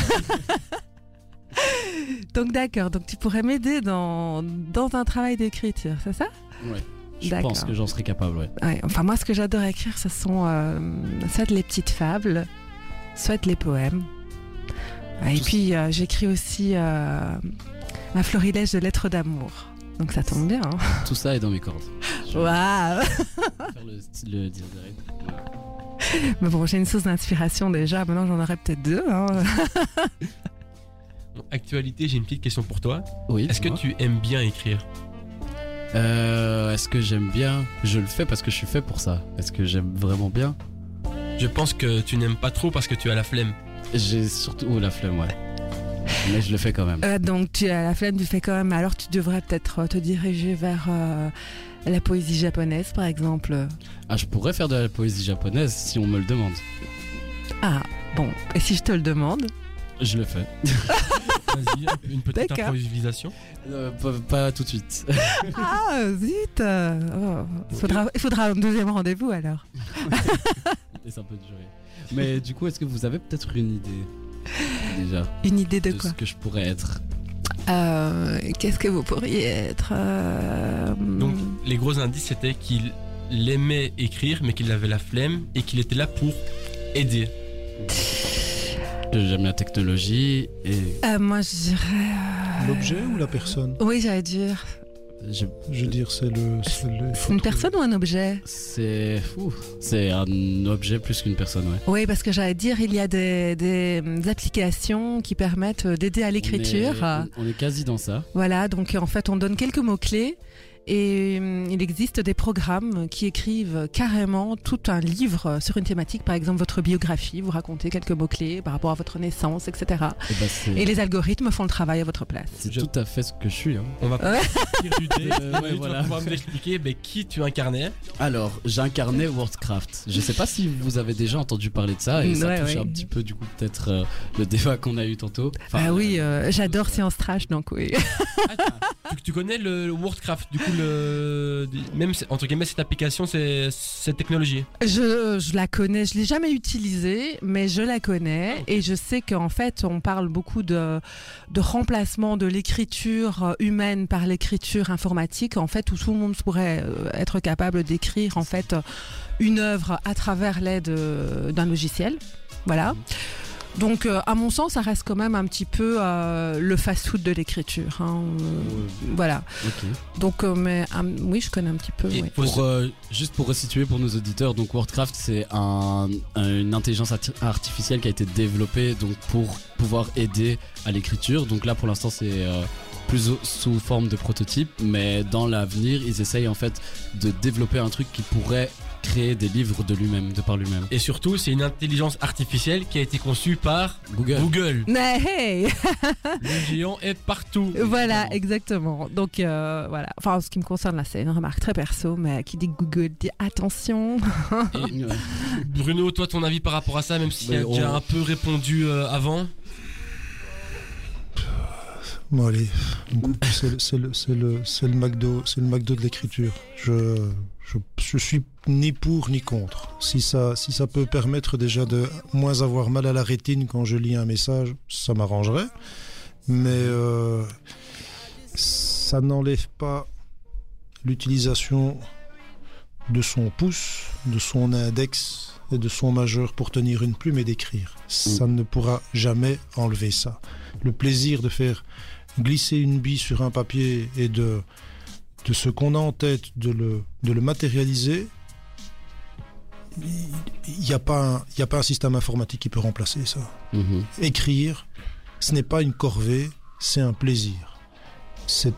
Donc d'accord, donc tu pourrais m'aider dans un travail d'écriture, c'est ça? Ouais. Je D'accord. pense que j'en serais capable, ouais. Ouais, enfin moi ce que j'adore écrire ce sont soit les petites fables, soit les poèmes. Ouais, et Tout- puis j'écris aussi un florilège de lettres d'amour. Donc ça tombe bien. Hein. Tout ça est dans mes cordes. Je vais Waouh. faire le dire direct. Ouais. Mais bon, j'ai une source d'inspiration déjà, maintenant j'en aurai peut-être deux. Hein. Donc, actualité, j'ai une petite question pour toi. Oui. Est-ce que dis-moi. tu aimes bien écrire? Est-ce que j'aime bien? Je le fais parce que je suis fait pour ça. Est-ce que j'aime vraiment bien? Je pense que tu n'aimes pas trop parce que tu as la flemme. J'ai surtout la flemme, ouais. Mais je le fais quand même. Donc tu as la flemme, tu fais quand même. Alors tu devrais peut-être te diriger vers la poésie japonaise par exemple. Ah, je pourrais faire de la poésie japonaise si on me le demande. Ah bon, et si je te le demande? Je le fais. Vas-y, une petite D'accord. improvisation. Pas tout de suite. Ah zut oh. Il faudra un deuxième rendez-vous alors. Et ça peut durer. Mais du coup, est-ce que vous avez peut-être une idée déjà Une idée de de quoi? ce que je pourrais être? Qu'est-ce que vous pourriez être Donc, les gros indices, c'était qu'il aimait écrire, mais qu'il avait la flemme et qu'il était là pour aider. J'aime la technologie et moi je dirais... L'objet ou la personne? Oui, j'allais dire. je- Je veux dire, c'est le. C'est une personne ou un objet? c'est un objet plus qu'une personne, ouais. Oui, parce que j'allais dire, il y a des applications qui permettent d'aider à l'écriture. On est quasi dans ça. Voilà, donc en fait, on donne quelques mots-clés et il existe des programmes qui écrivent carrément tout un livre sur une thématique, par exemple votre biographie, vous racontez quelques mots-clés par rapport à votre naissance, etc. Et bah, c'est Et les algorithmes font le travail à votre place. c'est Je- tout à fait ce que je suis. Hein. On va Ouais. partir du dé. Ouais, Tu voilà. vas pouvoir nous expliquer qui tu incarnais. Alors, j'ai incarné Worldcraft. Je sais pas si vous avez déjà entendu parler de ça et ça Ouais, touche ouais. un petit peu du coup peut-être le débat qu'on a eu tantôt. Enfin, Ah oui, j'adore Science Trash, donc oui. Tu connais le Worldcraft, du coup, même entre guillemets, cette application, cette technologie. Je la connais, je l'ai jamais utilisée, mais je la connais et je sais qu'en fait on parle beaucoup de remplacement de l'écriture humaine par l'écriture informatique, en fait où tout le monde pourrait être capable d'écrire en fait une œuvre à travers l'aide d'un logiciel. Voilà. Donc, à mon sens, ça reste quand même un petit peu le fast-food de l'écriture. Hein. Voilà. ok. Donc, mais oui, je connais un petit peu. Et Ouais. Juste pour resituer pour nos auditeurs, donc Worldcraft c'est une intelligence artificielle qui a été développée donc pour pouvoir aider à l'écriture. Donc là pour l'instant c'est plus sous forme de prototype, mais dans l'avenir ils essayent en fait de développer un truc qui pourrait créer des livres de lui-même, de par lui-même. Et surtout, c'est une intelligence artificielle qui a été conçue par Google. Mais hey. Le géant est partout. Voilà, exactement. Donc voilà. Enfin, en ce qui me concerne, là, c'est une remarque très perso, mais qui dit que Google dit attention. Et Bruno, toi, ton avis par rapport à ça, même si tu as Mais déjà un peu répondu avant. Bon allez, c'est le McDo de l'écriture. Je Je suis ni pour ni contre. Si ça peut permettre déjà de moins avoir mal à la rétine quand je lis un message, ça m'arrangerait. Mais ça n'enlève pas l'utilisation de son pouce, de son index et de son majeur pour tenir une plume et d'écrire. Ça ne pourra jamais enlever ça. Le plaisir de faire glisser une bille sur un papier et de ce qu'on a en tête, de le matérialiser, il n'y a pas un système informatique qui peut remplacer ça. Écrire, ce n'est pas une corvée, c'est un plaisir. C'est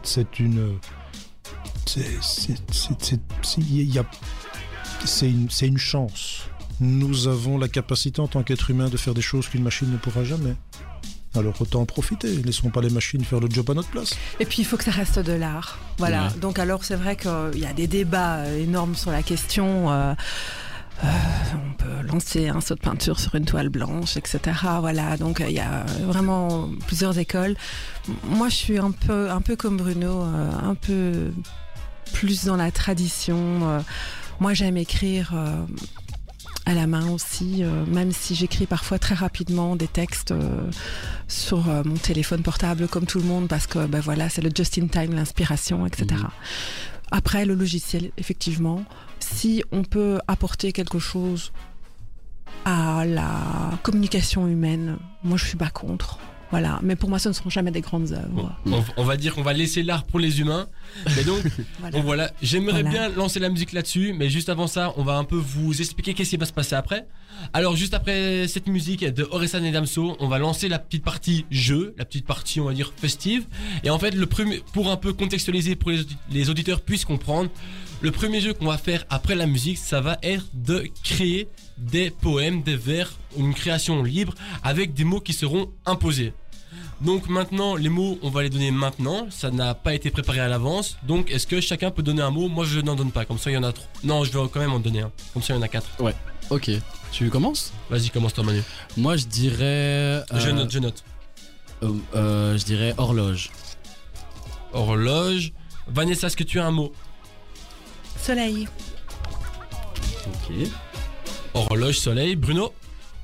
une chance. Nous avons la capacité en tant qu'être humain de faire des choses qu'une machine ne pourra jamais. Alors autant en profiter, laissons pas les machines faire le job à notre place. Et puis il faut que ça reste de l'art. Voilà. Ouais. Donc alors c'est vrai qu'il y a des débats énormes sur la question. On peut lancer un seau de peinture sur une toile blanche, etc. Voilà. Donc il y a vraiment plusieurs écoles. Moi je suis un peu comme Bruno, un peu plus dans la tradition. Moi j'aime écrire à la main aussi, même si j'écris parfois très rapidement des textes sur mon téléphone portable comme tout le monde, parce que voilà, c'est le just in time, l'inspiration, etc. Après, le logiciel, effectivement, si on peut apporter quelque chose à la communication humaine, moi je suis pas contre. Voilà, mais pour moi, ce ne seront jamais des grandes œuvres. On va dire qu'on va laisser l'art pour les humains. Mais donc, voilà. J'aimerais bien lancer la musique là-dessus, mais juste avant ça, on va un peu vous expliquer qu'est-ce qui va se passer après. Alors, juste après cette musique de Orelsan et Damso, on va lancer la petite partie jeu, la petite partie, on va dire, festive. Et en fait, pour un peu contextualiser, pour les auditeurs puissent comprendre, le premier jeu qu'on va faire après la musique, ça va être de créer des poèmes, des vers, une création libre avec des mots qui seront imposés. Donc maintenant, les mots, on va les donner maintenant. Ça n'a pas été préparé à l'avance. Donc est-ce que chacun peut donner un mot? Moi, je n'en donne pas. Comme ça, il y en a trop. Non, je vais quand même en donner un. Comme ça, il y en a 4. Ouais, ok. Tu commences? Vas-y, commence toi, Manu. Moi, je dirais... Je note. Je dirais horloge. Horloge. Vanessa, est-ce que tu as un mot? Soleil. Ok. Horloge, soleil. Bruno?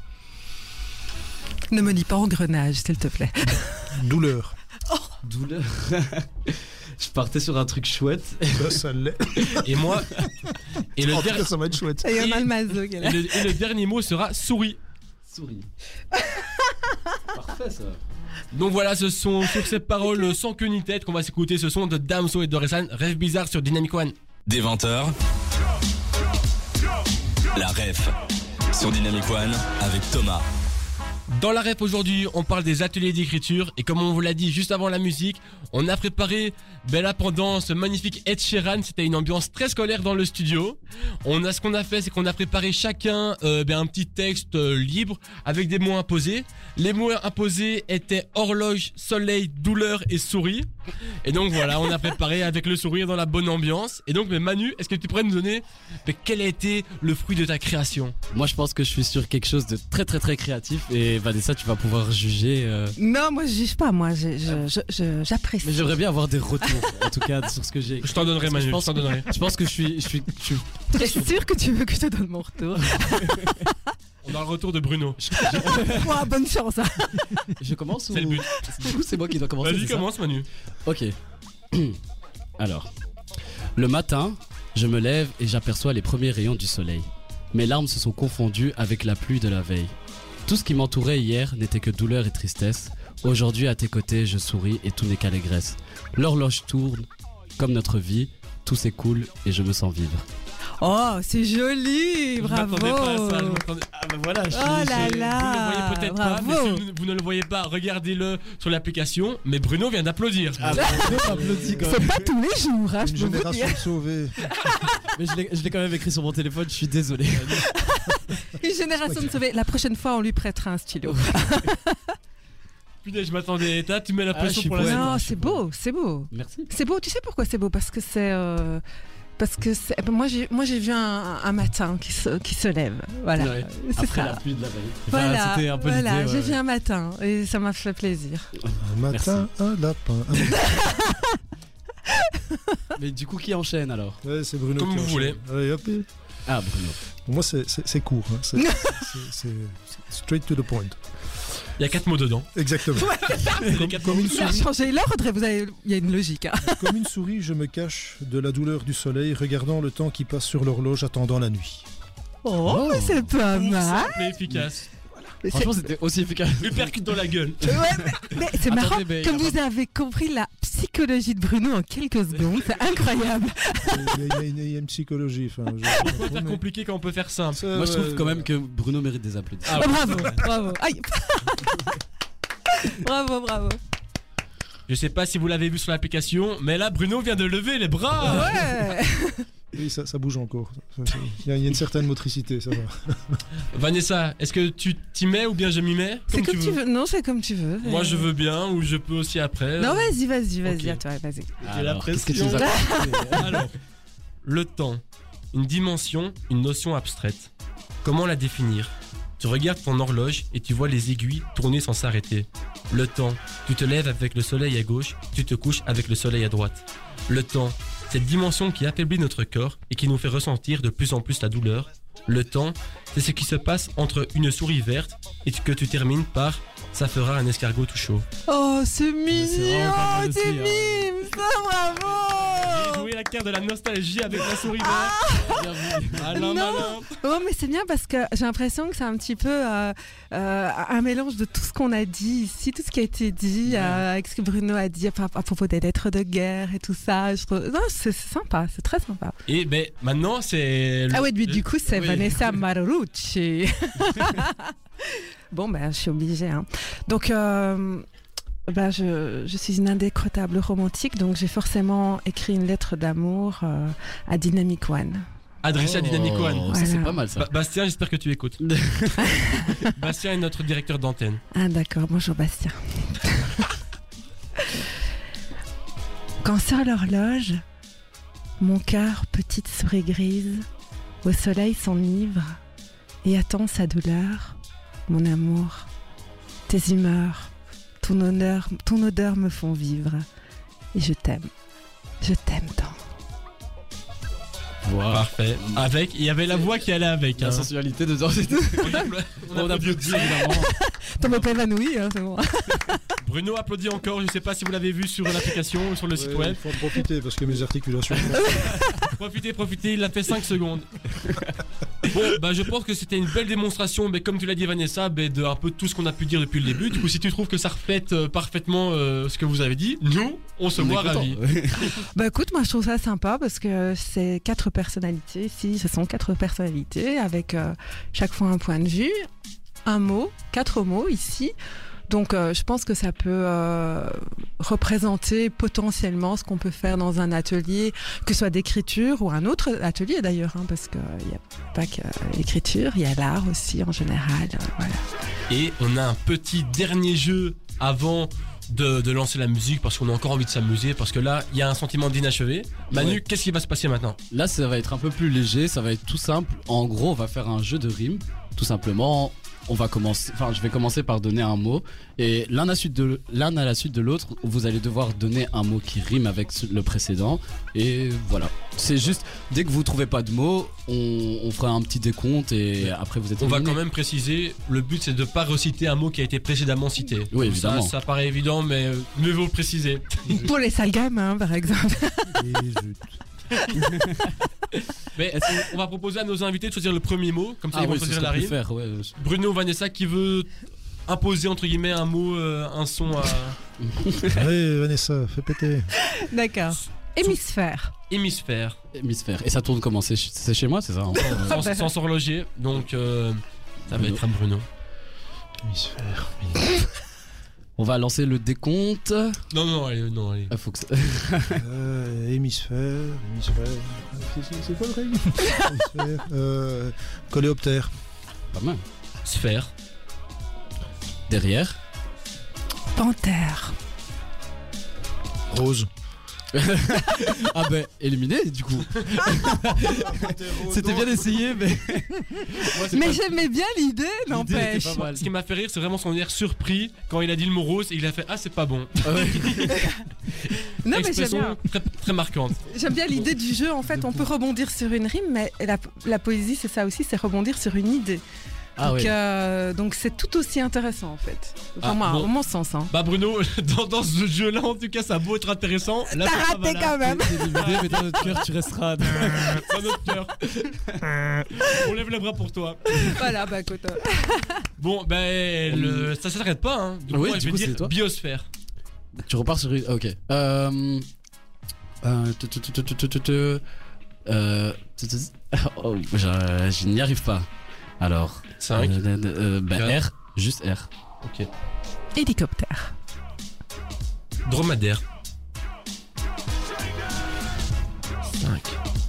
Ne me dis pas engrenage, s'il te plaît. Douleur. Oh. Douleur. Je partais sur un truc chouette. Ça l'est. Et moi. Et le dernier. Ça va être chouette. Et il y en a le mazo. Et le dernier mot sera souris. Souris. Parfait ça. Donc voilà, ce sont sur ces paroles sans queue ni tête qu'on va s'écouter ce son de Damso et d'Orelsan. Rêve bizarre sur Dynamic One. Des 20h. La ref sur Dynamic One avec Thomas. Dans la ref aujourd'hui, on parle des ateliers d'écriture et comme on vous l'a dit juste avant la musique, on a préparé là pendant ce magnifique Ed Sheeran, c'était une ambiance très scolaire dans le studio. Ce qu'on a fait, c'est qu'on a préparé chacun un petit texte libre avec des mots imposés. Les mots imposés étaient horloge, soleil, douleur et souris. Et donc voilà, on a préparé avec le sourire dans la bonne ambiance. Et donc Manu, est-ce que tu pourrais nous donner quel a été le fruit de ta création? Moi je pense que je suis sur quelque chose de très très très créatif et Vanessa tu vas pouvoir juger. Non, moi je juge pas, moi j'apprécie. Mais j'aimerais bien avoir des retours en tout cas sur ce que j'ai. Je t'en donnerai Manu, je t'en donnerai. Je pense que je suis T'es sûr que tu veux que je te donne mon retour? On a le retour de Bruno. Ouah, bonne chance. Je commence ou... C'est le but. Du coup c'est moi qui dois commencer. Vas-y, commence Manu. Ok. Alors, le matin, je me lève et j'aperçois les premiers rayons du soleil. Mes larmes se sont confondues avec la pluie de la veille. Tout ce qui m'entourait hier n'était que douleur et tristesse. Aujourd'hui, à tes côtés, je souris et tout n'est qu'allégresse. L'horloge tourne, comme notre vie, tout s'écoule et je me sens vivre. Oh, c'est joli, bravo. Je m'attendais pas à ça, Ah ben voilà, oh là là, vous ne le voyez peut-être pas, mais si vous ne le voyez pas, regardez-le sur l'application. Mais Bruno vient d'applaudir. Ah, Bruno applaudit quand même. C'est pas tous les jours, hein, Une génération sauvée. Mais je l'ai quand même écrit sur mon téléphone, je suis désolé. Une génération de sauvés. La prochaine fois, on lui prêtera un stylo. Putain, je m'attendais. Tu mets la pression pour la suite. Non, c'est beau, c'est beau. Merci. C'est beau, tu sais pourquoi c'est beau? Parce que c'est... moi j'ai vu un matin qui se lève, voilà, ouais. C'est après ça. La pluie de la veille. Voilà, c'était un peu voilà, l'idée, j'ai vu un matin et ça m'a fait plaisir. Un matin, un lapin. Mais du coup, qui enchaîne alors? Ouais, c'est Bruno. Comme qui vous enchaîne. voulez. Allez, hop. Ah, Bruno. Pour moi, c'est court. Hein. C'est straight to the point. Il y a 4 mots dedans. Exactement. Comme une Il a souris, changé l'ordre et il y a une logique. Hein. comme une souris, je me cache de la douleur du soleil, regardant le temps qui passe sur l'horloge, attendant la nuit. Oh, mais c'est pas mal. Simple et efficace. Mais Franchement, c'était aussi efficace. Uppercut dans la gueule. mais c'est Attendez, marrant, mais comme il y a vous avez compris la psychologie de Bruno en quelques secondes, c'est incroyable. Il y a une psychologie. Enfin, Pourquoi faire compliqué quand on peut faire simple? Moi, je trouve quand même que Bruno mérite des applaudissements. Ah, Bravo, bravo. Aïe. Bravo. Je sais pas si vous l'avez vu sur l'application, mais là Bruno vient de lever les bras. Ouais. Oui, ça bouge encore. Il y a une certaine motricité, ça va. Vanessa, est-ce que tu t'y mets ou bien je m'y mets? C'est comme tu veux. Non, c'est comme tu veux. Moi je veux bien ou je peux aussi après. Non, vas-y, Ok. à toi, vas-y. J'ai la Alors, qu'est-ce que tu pression. nous as proposé? Alors, le temps, une dimension, une notion abstraite. Comment la définir? Tu regardes ton horloge et tu vois les aiguilles tourner sans s'arrêter. Le temps, tu te lèves avec le soleil à gauche, tu te couches avec le soleil à droite. Le temps, cette dimension qui affaiblit notre corps et qui nous fait ressentir de plus en plus la douleur. Le temps, c'est ce qui se passe entre une souris verte et que tu termines par « ça fera un escargot tout chaud Oh, c'est C'est vraiment mignon, pas mal c'est aussi, hein. mime, ça, bravo. ». J'ai joué la carte de la nostalgie avec la souris verte. Bien vu. Malin, Non. malin. Oh, mais c'est bien parce que j'ai l'impression que c'est un petit peu un mélange de tout ce qu'on a dit ici, tout ce qui a été dit, avec ce que Bruno a dit à propos des lettres de guerre et tout ça. Je trouve... Non, c'est sympa, c'est très sympa. Et ben maintenant c'est... Ah ouais, du coup, c'est Oui. Vanessa Marucci. Bon, ben, je suis obligée. Hein. Donc, je suis une indécrottable romantique, donc j'ai forcément écrit une lettre d'amour à Dynamic One. Adressé à Dynamic One. Oh, ça, c'est Voilà. pas mal ça. Bastien, j'espère que tu écoutes. Bastien est notre directeur d'antenne. Ah d'accord, bonjour Bastien. Quand sort l'horloge, mon cœur, petite souris grise, au soleil s'enivre et attend sa douleur, mon amour. Tes humeurs, ton odeur me font vivre. Et je t'aime tant. Wow. Parfait. Avec, il y avait la voix qui allait avec. La Hein. sensualité dedans, c'était. On applaudit évidemment. T'en m'as pas évanoui, hein, c'est bon. Bruno applaudit encore. Je sais pas si vous l'avez vu sur l'application ou sur le site web. Il faut en profiter parce que mes articulations. Profitez, il a fait 5 secondes. Bon, bah je pense que c'était une belle démonstration, mais comme tu l'as dit Vanessa, de un peu tout ce qu'on a pu dire depuis le début. Du coup, si tu trouves que ça reflète parfaitement ce que vous avez dit, nous, on se voit ravis. Bah écoute, moi je trouve ça sympa parce que c'est 4 personnalités ici, ce sont 4 personnalités avec chaque fois un point de vue, un mot, 4 mots ici. Donc je pense que ça peut représenter potentiellement ce qu'on peut faire dans un atelier, que ce soit d'écriture ou un autre atelier d'ailleurs, hein, parce qu'il n'y a pas que l'écriture, il y a l'art aussi en général. Voilà. Et on a un petit dernier jeu avant de lancer la musique parce qu'on a encore envie de s'amuser, parce que là il y a un sentiment d'inachevé. Manu, Ouais. qu'est-ce qui va se passer maintenant? Là, ça va être un peu plus léger, ça va être tout simple. En gros, on va faire un jeu de rimes, tout simplement. Je vais commencer par donner un mot et l'un à la suite de l'autre, vous allez devoir donner un mot qui rime avec le précédent et voilà. C'est juste dès que vous trouvez pas de mots, on fera un petit décompte et après vous êtes On va éliminé. quand même préciser, le but c'est de pas reciter un mot qui a été précédemment cité. Oui, évidemment. Ça paraît évident, mais mieux vaut le préciser. Pour les sales gamins, par exemple. Et zut. Mais on va proposer à nos invités de choisir le premier mot, comme ça ils vont oui, ce choisir la serait plus rime. faire, ouais. Bruno, Vanessa, qui veut imposer entre guillemets un mot, un son à Allez, Vanessa, fais péter. D'accord. Hémisphère. hémisphère, Hémisphère. Et ça tourne comment? C'est chez moi, c'est ça hein sans s'horloger. Donc ça va Bruno. être à Bruno. Hémisphère. On va lancer le décompte. Non, allez. Ah, faut que ça- Hémisphère. C'est quoi le règle? Hémisphère. Coléoptère. Pas mal. Sphère, Derrière. Panthère. Rose. Ah ben, éliminé du coup. C'était bien essayé, mais. Mais j'aimais bien l'idée, n'empêche. était pas mal. Ce qui m'a fait rire, c'est vraiment son air surpris quand il a dit le mot rose et il a fait ah c'est pas bon. Ah ouais. Non, mais j'aime Expression bien. très, très marquante. J'aime bien l'idée du jeu. En fait, on peut rebondir sur une rime, mais la poésie, c'est ça aussi, c'est rebondir sur une idée. Ah Donc, ouais. donc c'est tout aussi intéressant en fait. Enfin, Ah, moi, bon. à mon sens. Hein. Bah Bruno, dans ce jeu-là, en tout cas, ça a beau être intéressant. Là, T'as c'est pas raté malin. quand même. T'es éliminé, mais dans notre cœur, tu resteras. Dans notre cœur. On lève les bras pour toi. Voilà, bah écoute. Bon, ça s'arrête pas. Hein. Du coup, Oui, moi, du je coup, vais c'est dire toi. biosphère. Tu repars sur une. Ok. Oh, je n'y arrive pas. Alors. 5. Ben R, juste R. Ok. Hélicoptère. Dromadaire. 5.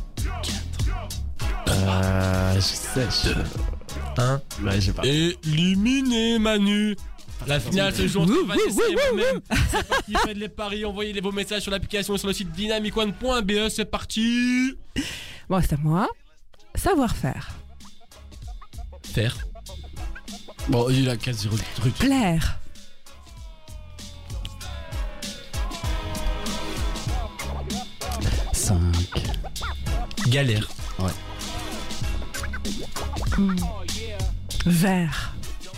Je sais. 1. Ouais, j'ai pas. Éliminé Manu. La finale se joue entre Wouh, Vanessa wouh, et wouh, moi-même. C'est parti, faites les paris, envoyez vos messages sur l'application et sur le site dynamicone.be. C'est parti. Bon, c'est à moi. Savoir-faire. Faire. Bon, il a quasi truc. Plaire. Cinq. Galère. Vert.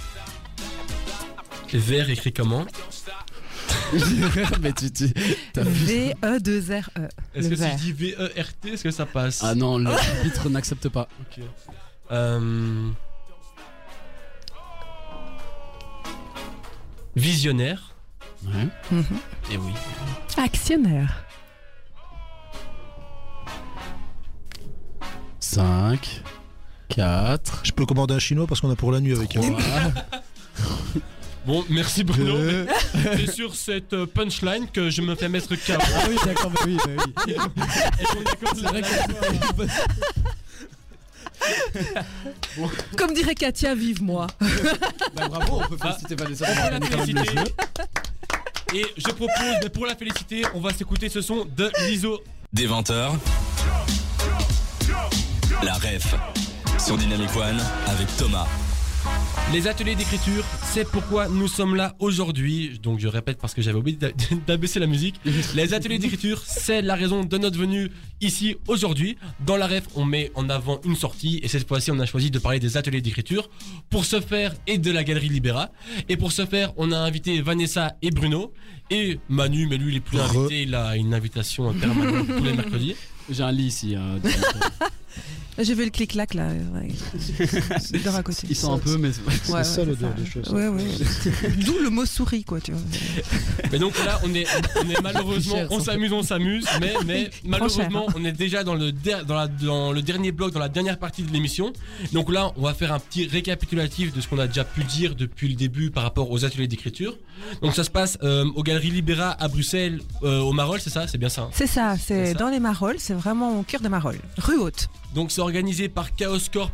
Vert écrit comment? Mais t'as vu. V-E-2-R-E. Est-ce Le que si vert. je dis V-E-R-T, est-ce que ça passe? Ah non, l'arbitre n'accepte pas. Ok. Visionnaire. Ouais. Mhm. Eh oui. Actionnaire. 5, 4. Je peux commander un chinois parce qu'on a pour la nuit avec elle. Bon, merci Bruno. C'est sur cette punchline que je me fais mettre KO. Ah oui, d'accord, bah oui, bah oui. Et on est comme C'est vrai que Comme dirait Katia, vive moi. bah, bravo, on peut féliciter Vanessa On pour peut la gagner quand même le féliciter. jeu. Et je propose, mais pour la féliciter, on va s'écouter ce son de l'ISO. Des 20h, la ref sur Dynamic One avec Thomas. Les ateliers d'écriture, c'est pourquoi nous sommes là aujourd'hui. Donc je répète parce que j'avais oublié d'abaisser la musique. Les ateliers d'écriture, c'est la raison de notre venue ici aujourd'hui. Dans la ref, on met en avant une sortie et cette fois-ci, on a choisi de parler des ateliers d'écriture pour ce faire et de la galerie Libera. Et pour ce faire, on a invité Vanessa et Bruno et Manu, mais lui il est plus invité, il a une invitation permanente tous les mercredis. J'ai un lit ici. J'ai vu le clic-clac là. Ouais. C'est à côté. Ils sont un peu, mais. C'est Ouais, ça ouais, l'odeur c'est des choses. Ouais, ouais. D'où le mot souris, quoi, tu vois. Mais donc là, on est malheureusement, Cher, on s'amuse, mais malheureusement, cher, on est déjà dans le dernier bloc, dans la dernière partie de l'émission. Donc là, on va faire un petit récapitulatif de ce qu'on a déjà pu dire depuis le début par rapport aux ateliers d'écriture. Donc ça se passe aux Galeries Libera à Bruxelles, au Marolles, c'est ça? C'est bien ça, hein? C'est ça, C'est c'est ça. dans les Marolles, c'est vraiment au cœur des Marolles. Rue Haute. Donc c'est organisé par Chaos Corp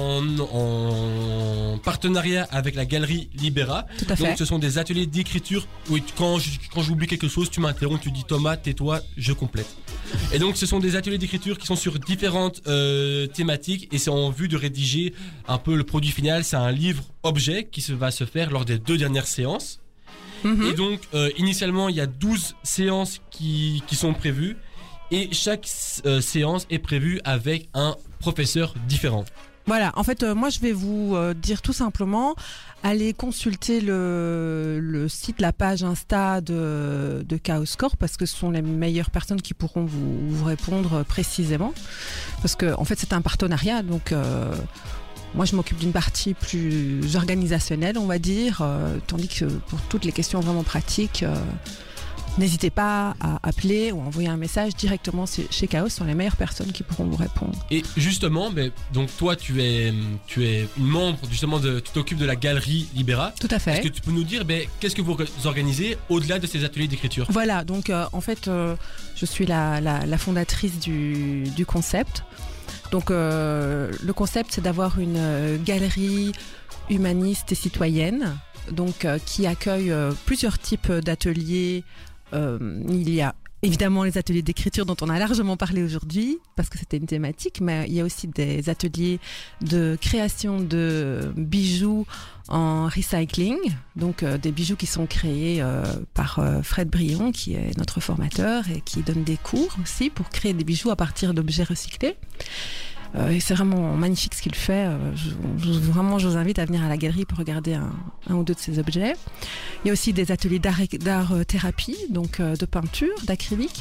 en partenariat avec la Galerie Libera. Tout à fait. Donc ce sont des ateliers d'écriture. Oui, quand j'oublie quelque chose, tu m'interromps, tu dis Thomas, tais-toi, je complète. Et donc ce sont des ateliers d'écriture qui sont sur différentes thématiques et c'est en vue de rédiger un peu le produit final. C'est un livre objet qui va se faire lors des 2 dernières séances. Mhm. Et donc initialement il y a 12 séances qui sont prévues. Et chaque séance est prévue avec un professeur différent. Voilà, en fait, moi je vais vous dire tout simplement, allez consulter le site, la page Insta de Chaos Corp parce que ce sont les meilleures personnes qui pourront vous répondre précisément. Parce que en fait c'est un partenariat, donc moi je m'occupe d'une partie plus organisationnelle, on va dire, tandis que pour toutes les questions vraiment pratiques... n'hésitez pas à appeler ou envoyer un message directement chez Chaos, ce sont les meilleures personnes qui pourront vous répondre. Et justement, donc toi tu es une membre justement tu t'occupes de la Galerie Libera. Tout à Est-ce fait. que tu peux nous dire qu'est-ce que vous organisez au-delà de ces ateliers d'écriture? Voilà, donc en fait, je suis la fondatrice du concept. Donc le concept, c'est d'avoir une galerie humaniste et citoyenne, donc qui accueille plusieurs types d'ateliers. Il y a Évidemment, les ateliers d'écriture dont on a largement parlé aujourd'hui, parce que c'était une thématique, mais il y a aussi des ateliers de création de bijoux en recycling, donc des bijoux qui sont créés par Fred Brion, qui est notre formateur et qui donne des cours aussi pour créer des bijoux à partir d'objets recyclés. Et c'est vraiment magnifique ce qu'il fait. Vraiment, je vous invite à venir à la galerie pour regarder un ou deux de ces objets. Il y a aussi des ateliers d'art-thérapie, donc de peinture, d'acrylique.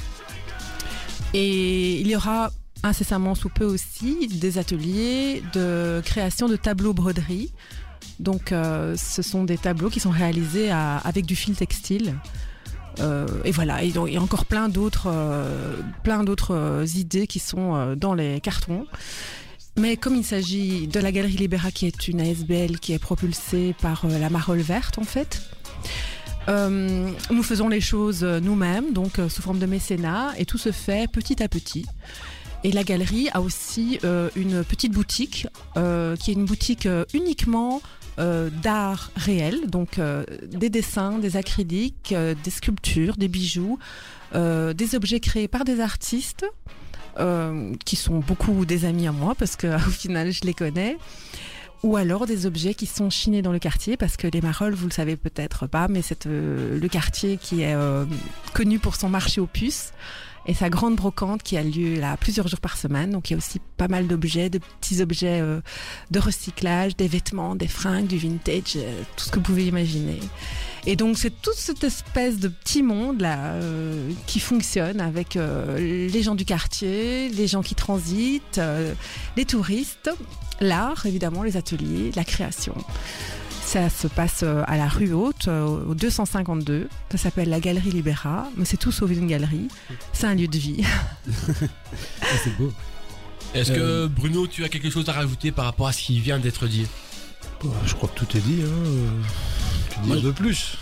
Et il y aura incessamment sous peu aussi des ateliers de création de tableaux broderie. Donc ce sont des tableaux qui sont réalisés avec du fil textile. Et voilà, il y a encore plein d'autres idées qui sont dans les cartons. Mais comme il s'agit de la Galerie Libera, qui est une ASBL qui est propulsée par la Marole Verte en fait, nous faisons les choses nous-mêmes, donc sous forme de mécénat, et tout se fait petit à petit. Et la galerie a aussi une petite boutique qui est une boutique uniquement d'art réel, donc des dessins, des acryliques, des sculptures, des bijoux, des objets créés par des artistes qui sont beaucoup des amis à moi parce qu'au final je les connais, ou alors des objets qui sont chinés dans le quartier, parce que les Marolles, vous le savez peut-être pas, mais c'est le quartier qui est connu pour son marché aux puces et sa grande brocante qui a lieu là plusieurs jours par semaine. Donc il y a aussi pas mal d'objets, de petits objets de recyclage, des vêtements, des fringues, du vintage, tout ce que vous pouvez imaginer. Et donc c'est toute cette espèce de petit monde là qui fonctionne avec les gens du quartier, les gens qui transitent, les touristes, l'art évidemment, les ateliers, la création. Ça se passe à la rue Haute, au 252. Ça s'appelle la Galerie Libera, mais c'est tout sauf une galerie. C'est un lieu de vie. C'est beau. Est-ce que Bruno, tu as quelque chose à rajouter par rapport à ce qui vient d'être dit? Je crois que tout est dit. Que dire de plus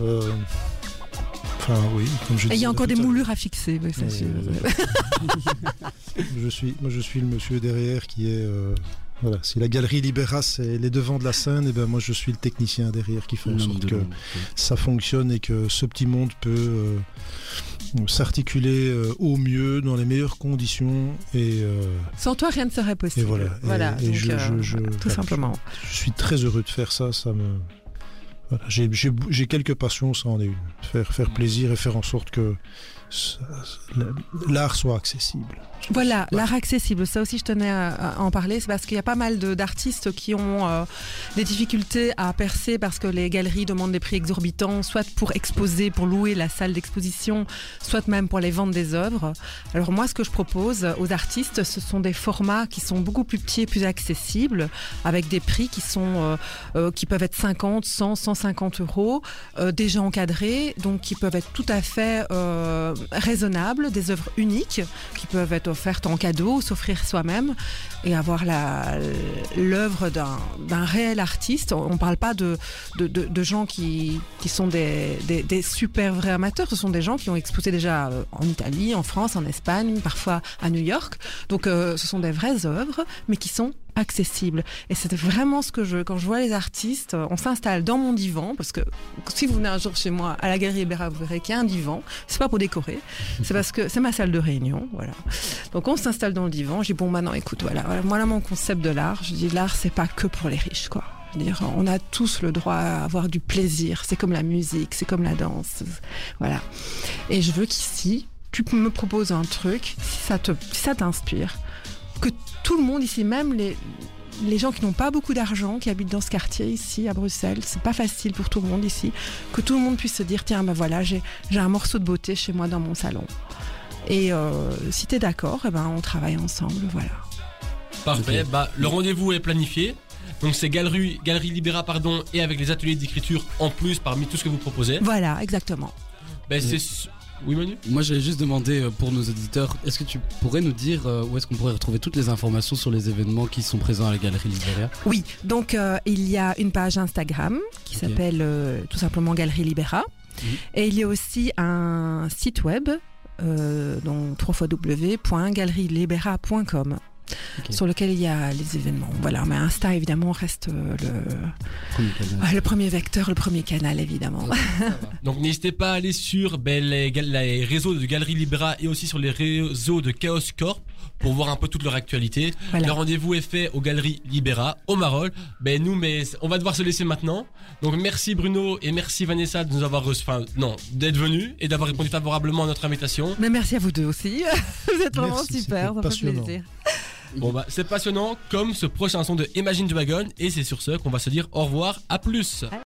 Enfin oui, comme je disais. Et il y a encore des moulures à fixer, oui, c'est sûr. Je suis le monsieur derrière qui est... Voilà, si la Galerie Libera c'est les devants de la scène, et ben moi je suis le technicien derrière qui fait en sorte que ça fonctionne et que ce petit monde peut s'articuler au mieux, dans les meilleures conditions. Et sans toi rien ne serait possible. Et voilà. Et donc, tout simplement. Je suis très heureux de faire ça. Ça me voilà, j'ai quelques passions, ça en est une. Faire plaisir et faire en sorte que l'art soit accessible. Voilà, l'art accessible, ça aussi je tenais à en parler, c'est parce qu'il y a pas mal d'artistes qui ont des difficultés à percer parce que les galeries demandent des prix exorbitants, soit pour exposer, pour louer la salle d'exposition, soit même pour les vendre des œuvres. Alors moi ce que je propose aux artistes, ce sont des formats qui sont beaucoup plus petits et plus accessibles, avec des prix qui peuvent être 50, 100, 150 euros, déjà encadrés, donc qui peuvent être tout à fait raisonnables, des œuvres uniques qui peuvent être offertes en cadeau, s'offrir soi-même et avoir l'œuvre d'un réel artiste. On ne parle pas de gens qui sont des super vrais amateurs, ce sont des gens qui ont exposé déjà en Italie, en France, en Espagne, parfois à New York. Donc ce sont des vraies œuvres, mais qui sont accessible. Et c'est vraiment ce que quand je vois les artistes, on s'installe dans mon divan, parce que si vous venez un jour chez moi à la Galerie Libera, vous verrez qu'il y a un divan. C'est pas pour décorer, c'est parce que c'est ma salle de réunion, voilà. Donc on s'installe dans le divan, je dis bon maintenant écoute, voilà mon concept de l'art. Je dis l'art c'est pas que pour les riches quoi. Je veux dire, on a tous le droit à avoir du plaisir, c'est comme la musique, c'est comme la danse, voilà. Et je veux qu'ici, tu me proposes un truc, si ça t'inspire, que tout le monde ici, même les gens qui n'ont pas beaucoup d'argent, qui habitent dans ce quartier ici à Bruxelles, c'est pas facile pour tout le monde ici, que tout le monde puisse se dire tiens ben voilà, j'ai un morceau de beauté chez moi dans mon salon. Et si t'es d'accord, on travaille ensemble, voilà. Parfait, le rendez-vous est planifié. Donc c'est Galerie Libera et avec les ateliers d'écriture en plus parmi tout ce que vous proposez. Voilà, exactement. Oui Manu ? Moi j'allais juste demander pour nos auditeurs, est-ce que tu pourrais nous dire où est-ce qu'on pourrait retrouver toutes les informations sur les événements qui sont présents à la Galerie Libera ? Oui, donc il y a une page Instagram qui s'appelle tout simplement Galerie Libera. Et il y a aussi un site web donc www.galerielibera.com. sur lequel il y a les événements. Voilà, mais Insta évidemment reste le premier vecteur, le premier canal évidemment. Donc n'hésitez pas à aller sur les réseaux de Galerie Libera et aussi sur les réseaux de Chaos Corp pour voir un peu toute leur actualité. Voilà. Le rendez-vous est fait aux Galeries Libera, au Marolles. On va devoir se laisser maintenant. Donc merci Bruno et merci Vanessa de nous avoir d'être venus et d'avoir répondu favorablement à notre invitation. Mais merci à vous deux aussi. Vous êtes vraiment Merci, super, ça c'était fait passionnant. plaisir. Bon c'est passionnant comme ce prochain son de Imagine Dragon et c'est sur ce qu'on va se dire au revoir, à plus.